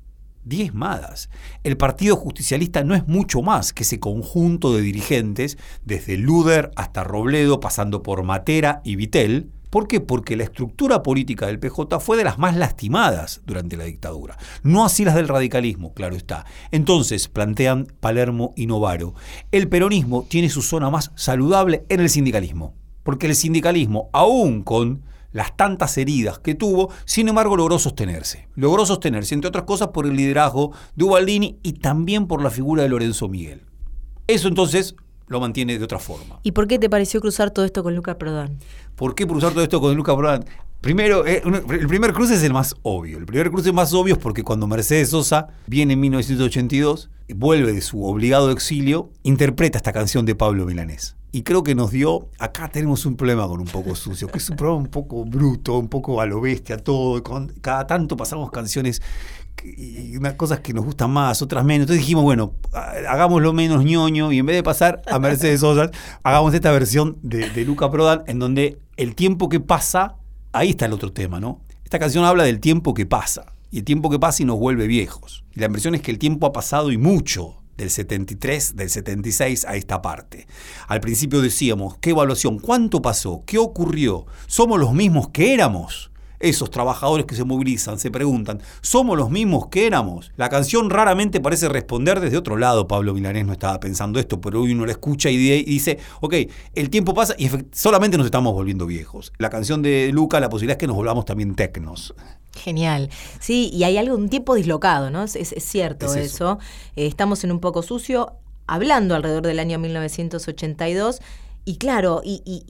El Partido Justicialista no es mucho más que ese conjunto de dirigentes, desde Luder hasta Robledo, pasando por Matera y Vittel. ¿Por qué? Porque la estructura política del PJ fue de las más lastimadas durante la dictadura. No así las del radicalismo, claro está. Entonces, plantean Palermo y Novaro, el peronismo tiene su zona más saludable en el sindicalismo. Porque el sindicalismo, aún con las tantas heridas que tuvo, sin embargo logró sostenerse. Logró sostenerse, entre otras cosas, por el liderazgo de Ubaldini y también por la figura de Lorenzo Miguel. Eso entonces lo mantiene de otra forma. ¿Y por qué te pareció cruzar todo esto con Luca Prodan? ¿Por qué cruzar todo esto con Luca Prodan? Primero, el primer cruce es el más obvio. El primer cruce más obvio es porque cuando Mercedes Sosa viene en 1982, vuelve de su obligado exilio, interpreta esta canción de Pablo Milanés. Y creo que nos dio, acá tenemos un problema con Un Poco Sucio, que es un programa un poco bruto, un poco a lo bestia, todo. Cada tanto pasamos canciones y unas cosas que nos gustan más, otras menos. Entonces dijimos, bueno, hagámoslo menos ñoño y en vez de pasar a Mercedes Sosa, hagamos esta versión de Luca Prodan, en donde el tiempo que pasa, ahí está el otro tema, ¿no? Esta canción habla del tiempo que pasa, y el tiempo que pasa y nos vuelve viejos. Y la impresión es que el tiempo ha pasado y mucho, del 73, del 76 a esta parte. Al principio decíamos, ¿qué evaluación? ¿Cuánto pasó? ¿Qué ocurrió? ¿Somos los mismos que éramos? Esos trabajadores que se movilizan, se preguntan, ¿somos los mismos que éramos? La canción raramente parece responder desde otro lado. Pablo Milanés no estaba pensando esto, pero hoy uno la escucha y dice, ok, el tiempo pasa y solamente nos estamos volviendo viejos. La canción de Luca, la posibilidad es que nos volvamos también tecnos. Genial. Sí, y hay un tiempo dislocado, ¿no? Es cierto es eso. Estamos en Un Poco Sucio, hablando alrededor del año 1982. Y claro,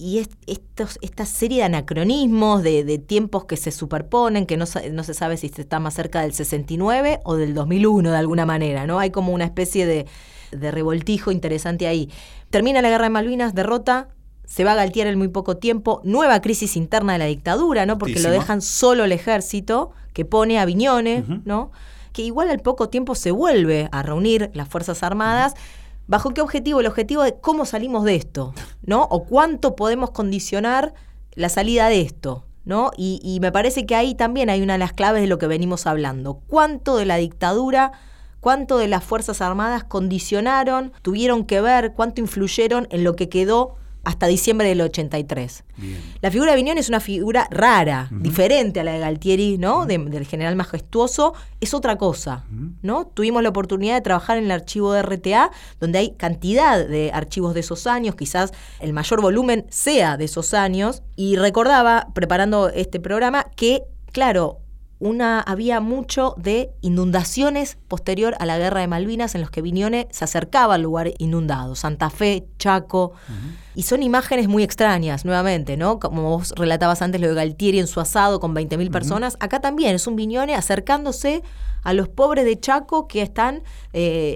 esta serie de anacronismos, de tiempos que se superponen, que no se sabe si se está más cerca del 69 o del 2001 de alguna manera, ¿no? Hay como una especie de revoltijo interesante ahí. Termina la Guerra de Malvinas, derrota, se va Galtieri en muy poco tiempo, nueva crisis interna de la dictadura, ¿no? Porque lo dejan solo el ejército, que pone a Viñones, ¿no? Que igual al poco tiempo se vuelve a reunir las Fuerzas Armadas. ¿Bajo qué objetivo? El objetivo de cómo salimos de esto, ¿no? O cuánto podemos condicionar la salida de esto, ¿no? Y me parece que ahí también hay una de las claves de lo que venimos hablando. ¿Cuánto de la dictadura, cuánto de las Fuerzas Armadas condicionaron, tuvieron que ver, cuánto influyeron en lo que quedó hasta diciembre del 83? Bien. La figura de Viñones es una figura rara, diferente a la de Galtieri, ¿no? Del general majestuoso, es otra cosa, ¿no? Tuvimos la oportunidad de trabajar en el archivo de RTA, donde hay cantidad de archivos de esos años, quizás el mayor volumen sea de esos años, y recordaba, preparando este programa, que, claro, había mucho de inundaciones posterior a la Guerra de Malvinas en los que Viñones se acercaba al lugar inundado, Santa Fe, Chaco, y son imágenes muy extrañas, nuevamente, ¿no? Como vos relatabas antes lo de Galtieri en su asado con 20.000 personas, acá también es un Viñones acercándose a los pobres de Chaco que están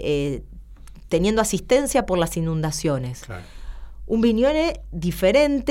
teniendo asistencia por las inundaciones. Claro. Un Viñones diferente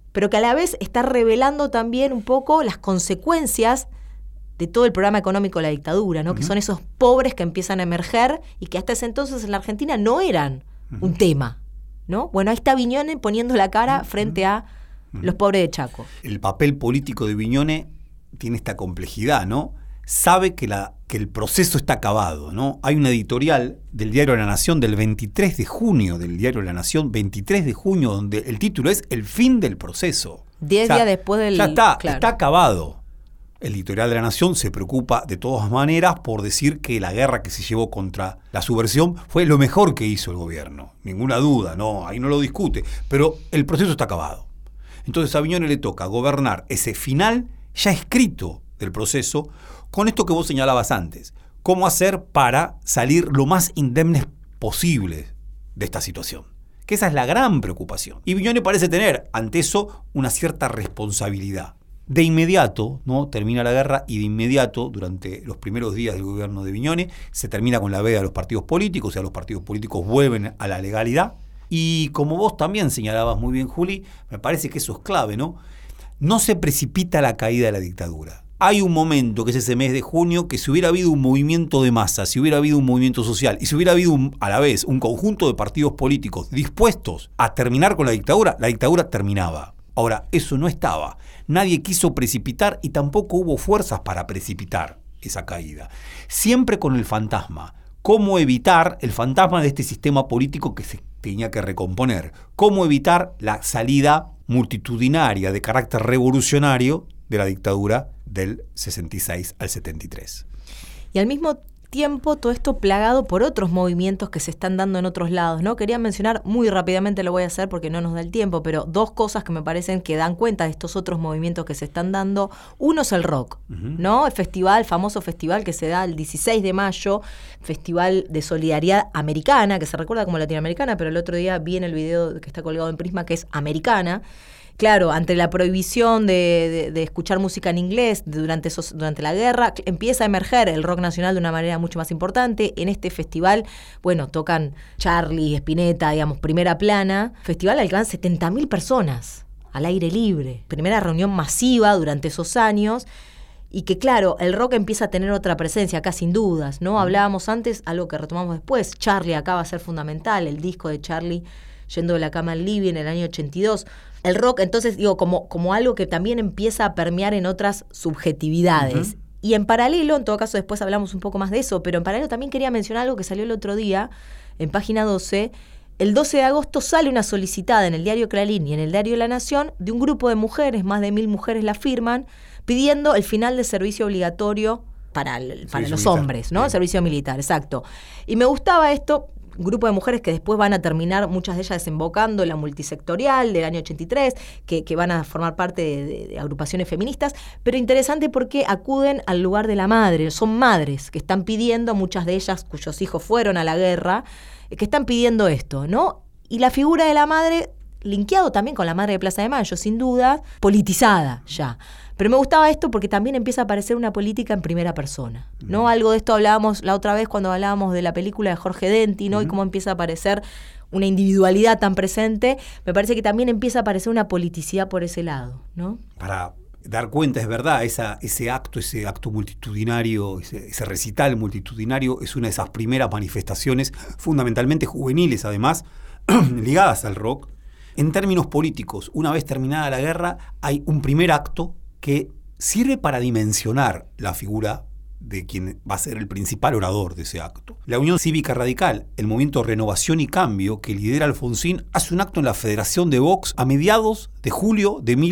pero que a la vez está revelando también un poco las consecuencias de todo el programa económico de la dictadura, ¿no? Que son esos pobres que empiezan a emerger y que hasta ese entonces en la Argentina no eran un tema, ¿no? Bueno, ahí está Viñone poniendo la cara frente a los pobres de Chaco. El papel político de Viñone tiene esta complejidad, ¿no? Sabe que el proceso está acabado, ¿no? Hay una editorial del Diario La Nación del 23 de junio, del Diario La Nación, 23 de junio, donde el título es El fin del proceso. 10 días después del... Ya está, claro. Está acabado. El editorial de La Nación se preocupa de todas maneras por decir que la guerra que se llevó contra la subversión fue lo mejor que hizo el gobierno. Ninguna duda, no, ahí no lo discute. Pero el proceso está acabado. Entonces a Viñone le toca gobernar ese final ya escrito del proceso con esto que vos señalabas antes. ¿Cómo hacer para salir lo más indemnes posible de esta situación? Que esa es la gran preocupación. Y Viñone parece tener ante eso una cierta responsabilidad. De inmediato, ¿no? Termina la guerra y de inmediato, durante los primeros días del gobierno de Viñone, se termina con la veda de los partidos políticos, o sea, los partidos políticos vuelven a la legalidad. Y como vos también señalabas muy bien, Juli, me parece que eso es clave, ¿no? No se precipita la caída de la dictadura. Hay un momento, que es ese mes de junio, que si hubiera habido un movimiento de masa, si hubiera habido un movimiento social y si hubiera habido a la vez un conjunto de partidos políticos dispuestos a terminar con la dictadura terminaba. Ahora, eso no estaba. Nadie quiso precipitar y tampoco hubo fuerzas para precipitar esa caída. Siempre con el fantasma. ¿Cómo evitar el fantasma de este sistema político que se tenía que recomponer? ¿Cómo evitar la salida multitudinaria de carácter revolucionario de la dictadura del 66 al 73? Y al mismo tiempo todo esto plagado por otros movimientos que se están dando en otros lados, ¿no? Quería mencionar muy rápidamente, lo voy a hacer porque no nos da el tiempo, pero dos cosas que me parecen que dan cuenta de estos otros movimientos que se están dando. Uno es el rock, ¿no? El festival, famoso festival que se da el 16 de mayo, Festival de Solidaridad Americana, que se recuerda como latinoamericana, pero el otro día vi en el video que está colgado en Prisma que es americana. Claro, ante la prohibición de escuchar música en inglés durante la guerra, empieza a emerger el rock nacional de una manera mucho más importante. En este festival, bueno, tocan Charly, Spinetta, digamos, primera plana. El festival alcanza 70.000 personas al aire libre. Primera reunión masiva durante esos años. Y que, claro, el rock empieza a tener otra presencia, acá sin dudas, ¿no? Hablábamos antes, algo que retomamos después. Charly acá va a ser fundamental, el disco de Charly Yendo de la cama al living en el año 82. El rock, entonces, digo, como algo que también empieza a permear en otras subjetividades. Y en paralelo, en todo caso después hablamos un poco más de eso, pero en paralelo también quería mencionar algo que salió el otro día, en página 12. El 12 de agosto sale una solicitada en el diario Clarín y en el diario La Nación de un grupo de mujeres, más de 1.000 mujeres la firman, pidiendo el final del servicio obligatorio para los hombres, ¿no? El servicio militar, exacto. Y me gustaba esto, un grupo de mujeres que después van a terminar, muchas de ellas desembocando en la multisectorial del año 83, que van a formar parte de agrupaciones feministas, pero interesante porque acuden al lugar de la madre, son madres que están pidiendo, muchas de ellas cuyos hijos fueron a la guerra, que están pidiendo esto, ¿no? Y la figura de la madre, linkeado también con la madre de Plaza de Mayo, sin duda, politizada ya. Pero me gustaba esto porque también empieza a aparecer una política en primera persona, ¿no? Algo de esto hablábamos la otra vez cuando hablábamos de la película de Jorge Denti, ¿no? Y cómo empieza a aparecer una individualidad tan presente. Me parece que también empieza a aparecer una politicidad por ese lado, ¿no? Para dar cuenta, es verdad, ese acto multitudinario, ese recital multitudinario es una de esas primeras manifestaciones, fundamentalmente juveniles además, ligadas al rock. En términos políticos, una vez terminada la guerra, hay un primer acto que sirve para dimensionar la figura de quien va a ser el principal orador de ese acto. La Unión Cívica Radical, el movimiento Renovación y Cambio que lidera Alfonsín, hace un acto en la Federación de Vox a mediados de julio de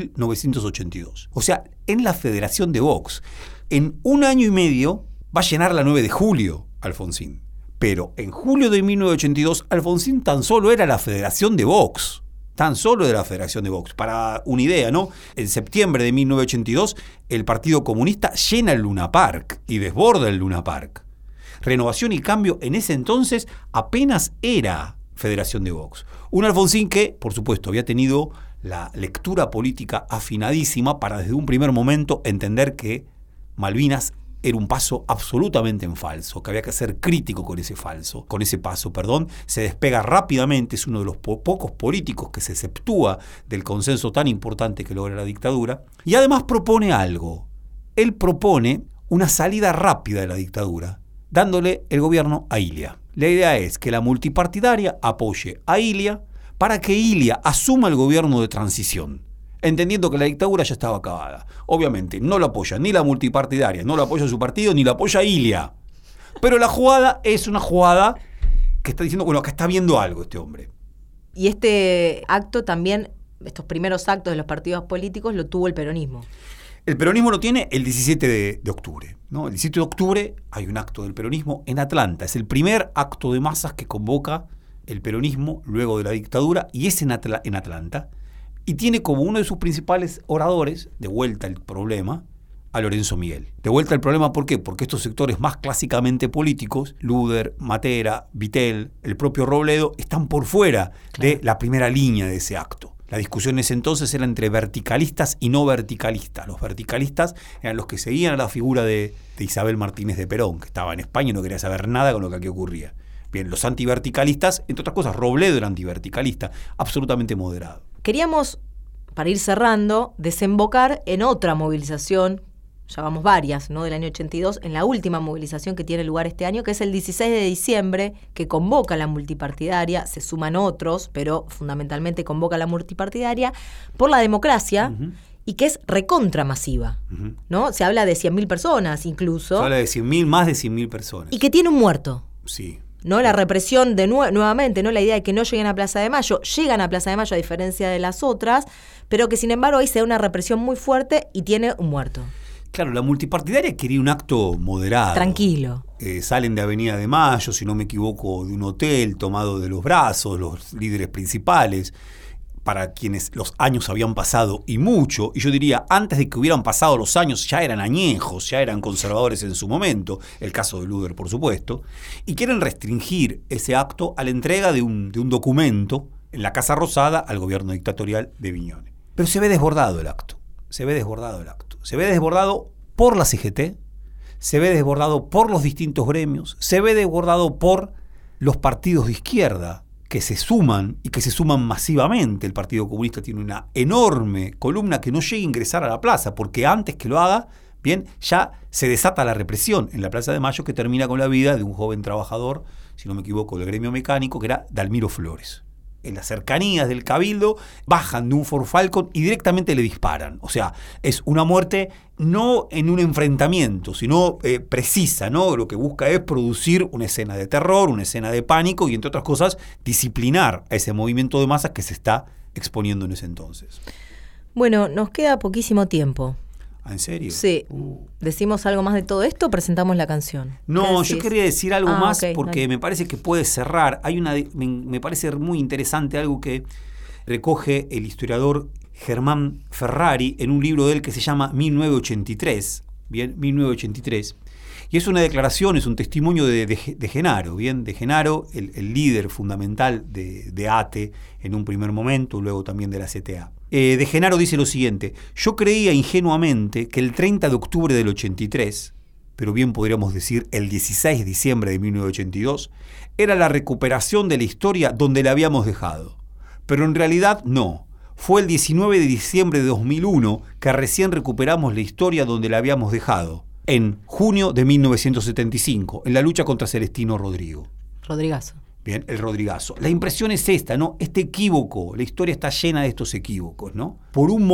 1982. O sea, en la Federación de Vox, en 1 año y medio va a llenar la 9 de julio Alfonsín. Pero en julio de 1982, Alfonsín tan solo era la Federación de Vox. Tan solo de la Federación de Vox. Para una idea, ¿no? En septiembre de 1982, el Partido Comunista llena el Luna Park y desborda el Luna Park. Renovación y Cambio en ese entonces apenas era Federación de Vox. Un Alfonsín que, por supuesto, había tenido la lectura política afinadísima para desde un primer momento entender que Malvinas era un paso absolutamente en falso, que había que ser crítico con ese paso, se despega rápidamente, es uno de los pocos políticos que se exceptúa del consenso tan importante que logra la dictadura, y además propone algo. Él propone una salida rápida de la dictadura, dándole el gobierno a Ilia. La idea es que la multipartidaria apoye a Ilia para que Ilia asuma el gobierno de transición, entendiendo que la dictadura ya estaba acabada. Obviamente no lo apoya ni la multipartidaria, no lo apoya su partido, ni lo apoya Ilia. Pero la jugada es una jugada que está diciendo, bueno, que está viendo algo este hombre. Y este acto también, estos primeros actos de los partidos políticos, lo tuvo el peronismo. El peronismo lo tiene el 17 de octubre, ¿no? El 17 de octubre hay un acto del peronismo en Atlanta. Es el primer acto de masas que convoca el peronismo luego de la dictadura, y es en Atlanta. Y tiene como uno de sus principales oradores, de vuelta el problema, a Lorenzo Miguel. De vuelta el problema, ¿por qué? Porque estos sectores más clásicamente políticos, Luder, Matera, Vittel, el propio Robledo, están por fuera de la primera línea de ese acto. La discusión en ese entonces era entre verticalistas y no verticalistas. Los verticalistas eran los que seguían a la figura de Isabel Martínez de Perón, que estaba en España y no quería saber nada con lo que aquí ocurría. Bien, los antiverticalistas, entre otras cosas, Robledo era antiverticalista, absolutamente moderado. Queríamos, para ir cerrando, desembocar en otra movilización, ya vamos varias, ¿no?, del año 82, en la última movilización que tiene lugar este año, que es el 16 de diciembre, que convoca a la multipartidaria, se suman otros, pero fundamentalmente convoca a la multipartidaria, por la democracia, y que es recontramasiva, ¿no? Se habla de 100.000 personas incluso. Se habla de 100.000, más de 100.000 personas. Y que tiene un muerto. Sí. ¿No? La represión nuevamente, ¿no? La idea de que no lleguen a Plaza de Mayo, llegan a Plaza de Mayo a diferencia de las otras, pero que sin embargo ahí se da una represión muy fuerte y tiene un muerto. Claro, la multipartidaria quería un acto moderado. Tranquilo. Salen de Avenida de Mayo, si no me equivoco, de un hotel tomado de los brazos, los líderes principales, para quienes los años habían pasado y mucho, y yo diría, antes de que hubieran pasado los años, ya eran añejos, ya eran conservadores en su momento, el caso de Luder, por supuesto, y quieren restringir ese acto a la entrega de un documento en la Casa Rosada al gobierno dictatorial de Viñones. Pero se ve desbordado el acto, se ve desbordado por la CGT, se ve desbordado por los distintos gremios, se ve desbordado por los partidos de izquierda, que se suman y que se suman masivamente. El Partido Comunista tiene una enorme columna que no llega a ingresar a la plaza, porque antes que lo haga, bien, ya se desata la represión en la Plaza de Mayo, que termina con la vida de un joven trabajador, si no me equivoco, del gremio mecánico, que era Dalmiro Flores. En las cercanías del Cabildo bajan de un Ford Falcon y directamente le disparan. O sea, es una muerte no en un enfrentamiento, sino precisa, ¿no? Lo que busca es producir una escena de terror, una escena de pánico y, entre otras cosas, disciplinar a ese movimiento de masas que se está exponiendo en ese entonces. Bueno, nos queda poquísimo tiempo. ¿En serio? Sí. ¿Decimos algo más de todo esto o presentamos la canción? No, yo quería decir algo más, okay, porque dale. Me parece que puede cerrar. Me parece muy interesante algo que recoge el historiador Germán Ferrari en un libro de él que se llama 1983. Bien, 1983. Y es una declaración, es un testimonio de Genaro, bien, de Genaro, el líder fundamental de ATE en un primer momento, luego también de la CTA. De Genaro dice lo siguiente: yo creía ingenuamente que el 30 de octubre del 83, pero bien podríamos decir el 16 de diciembre de 1982, era la recuperación de la historia donde la habíamos dejado. Pero en realidad no. Fue el 19 de diciembre de 2001 que recién recuperamos la historia donde la habíamos dejado, en junio de 1975, en la lucha contra Celestino Rodrigazo. Bien, el Rodrigazo. La impresión es esta, ¿no? Este equívoco, la historia está llena de estos equívocos, ¿no? Por un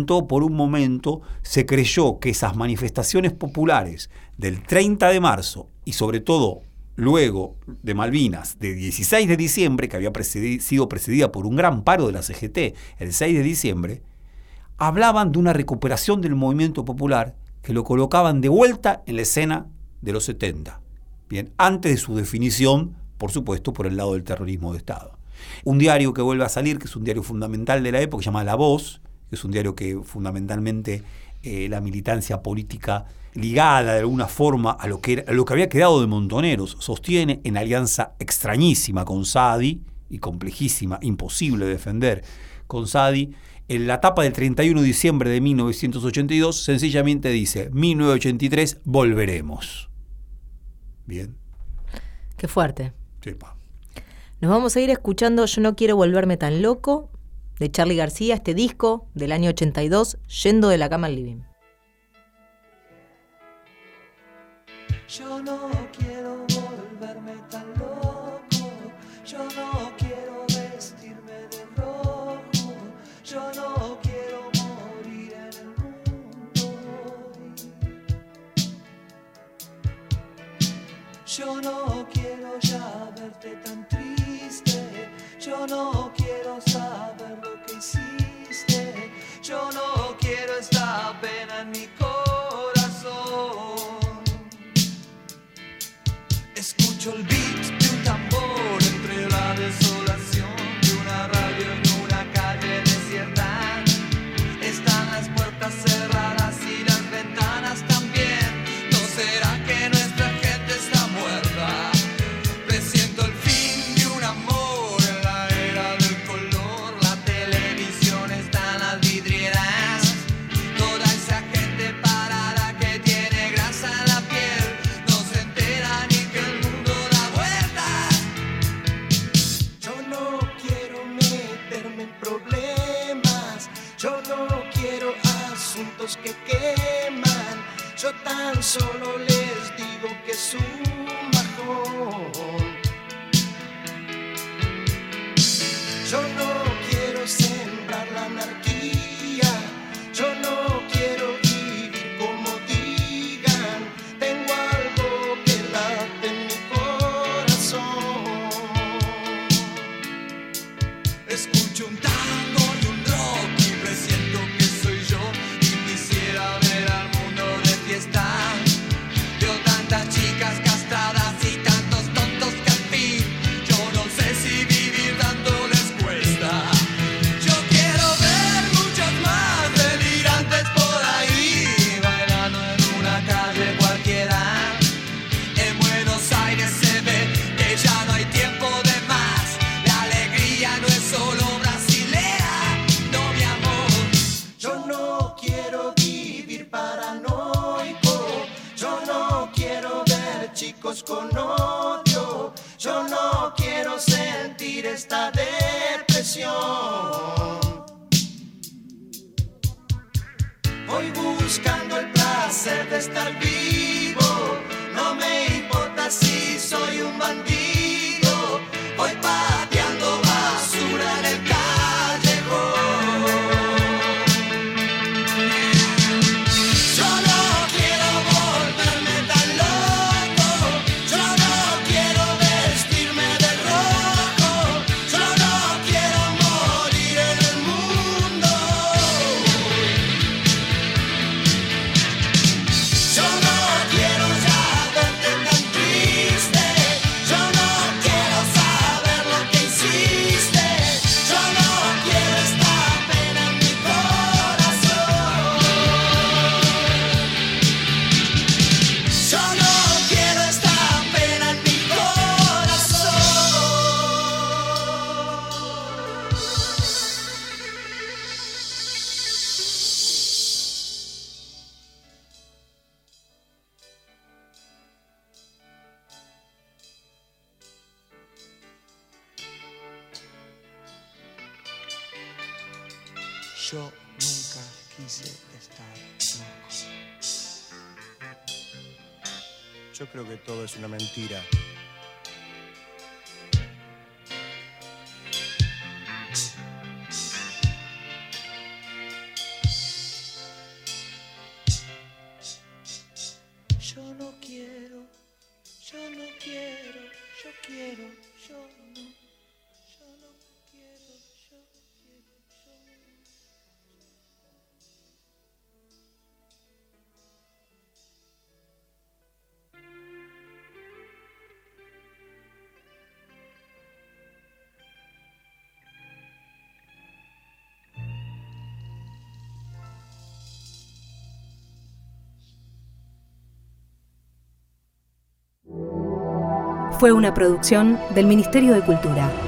momento, se creyó que esas manifestaciones populares del 30 de marzo y sobre todo luego de Malvinas, de 16 de diciembre, que había sido precedida por un gran paro de la CGT el 6 de diciembre, hablaban de una recuperación del movimiento popular que lo colocaban de vuelta en la escena de los 70. Bien, antes de su definición, por supuesto, por el lado del terrorismo de Estado. Un diario que vuelve a salir, que es un diario fundamental de la época, se llama La Voz, que es un diario que fundamentalmente la militancia política ligada de alguna forma a lo que había quedado de Montoneros, sostiene en alianza extrañísima con Saadi y complejísima, imposible de defender con Saadi, En la tapa del 31 de diciembre de 1982 sencillamente dice 1983 volveremos. Bien. Qué fuerte. Sí, pa. Nos vamos a ir escuchando Yo no quiero volverme tan loco, de Charly García, este disco del año 82, Yendo de la cama al living. Yo no quiero volverme tan loco, yo no quiero vestirme de rojo, yo no quiero morir en el mundo hoy. Yo no quiero ya verte tan triste, yo no quiero saber lo que hiciste, yo no quiero esta pena en mi corazón. Escucho el beat de un tambor entre la desolación de una radio en una calle desierta. Están las puertas cerradas y las ventanas también. ¿No será que nuestra gente está muerta? Presiento el fin de un amor en la era del color. La televisión está en las vidrieras. Toda esa gente parada que tiene grasa en la piel no se entera ni que el mundo da vueltas. Yo no quiero meterme en problemas, yo no quiero asuntos que queman, yo tan solo les digo que es un bajón. Yo no quiero sembrar la anarquía, yo no quiero vivir como digan, tengo algo que late en mi corazón. Escucho un tango y un rock y presiento que soy yo y quisiera ver al mundo de fiesta. Veo tantas chicas castradas y tantos tontos que al fin yo no sé si vivir dándoles cuesta. Yo quiero ver muchos más delirantes por ahí bailando en una calle cualquiera. En Buenos Aires se ve que ya no hay tiempo de más. La alegría no es solo brasilera, no mi amor. Yo no quiero vivir paranoico, yo no quiero ver chicos con odio, yo no quiero sentir esta depresión. Voy buscando el placer de estar vivo, no me importa si soy un bandido, voy pateando basura en el callejón. Yo no quiero volverme tan loco, yo no quiero vestirme de rojo, yo no quiero morir en el mundo. Yo no quiero ya verte tan triste, yo no quiero saber lo que hiciste, yo no quiero esta pena en mi corazón. Yo no quiero esta pena en mi corazón. Yo nunca quise estar loco. Yo creo que todo es una mentira. Yo no quiero, yo no quiero, yo quiero, yo no quiero, yo quiero, yo no. Fue una producción del Ministerio de Cultura.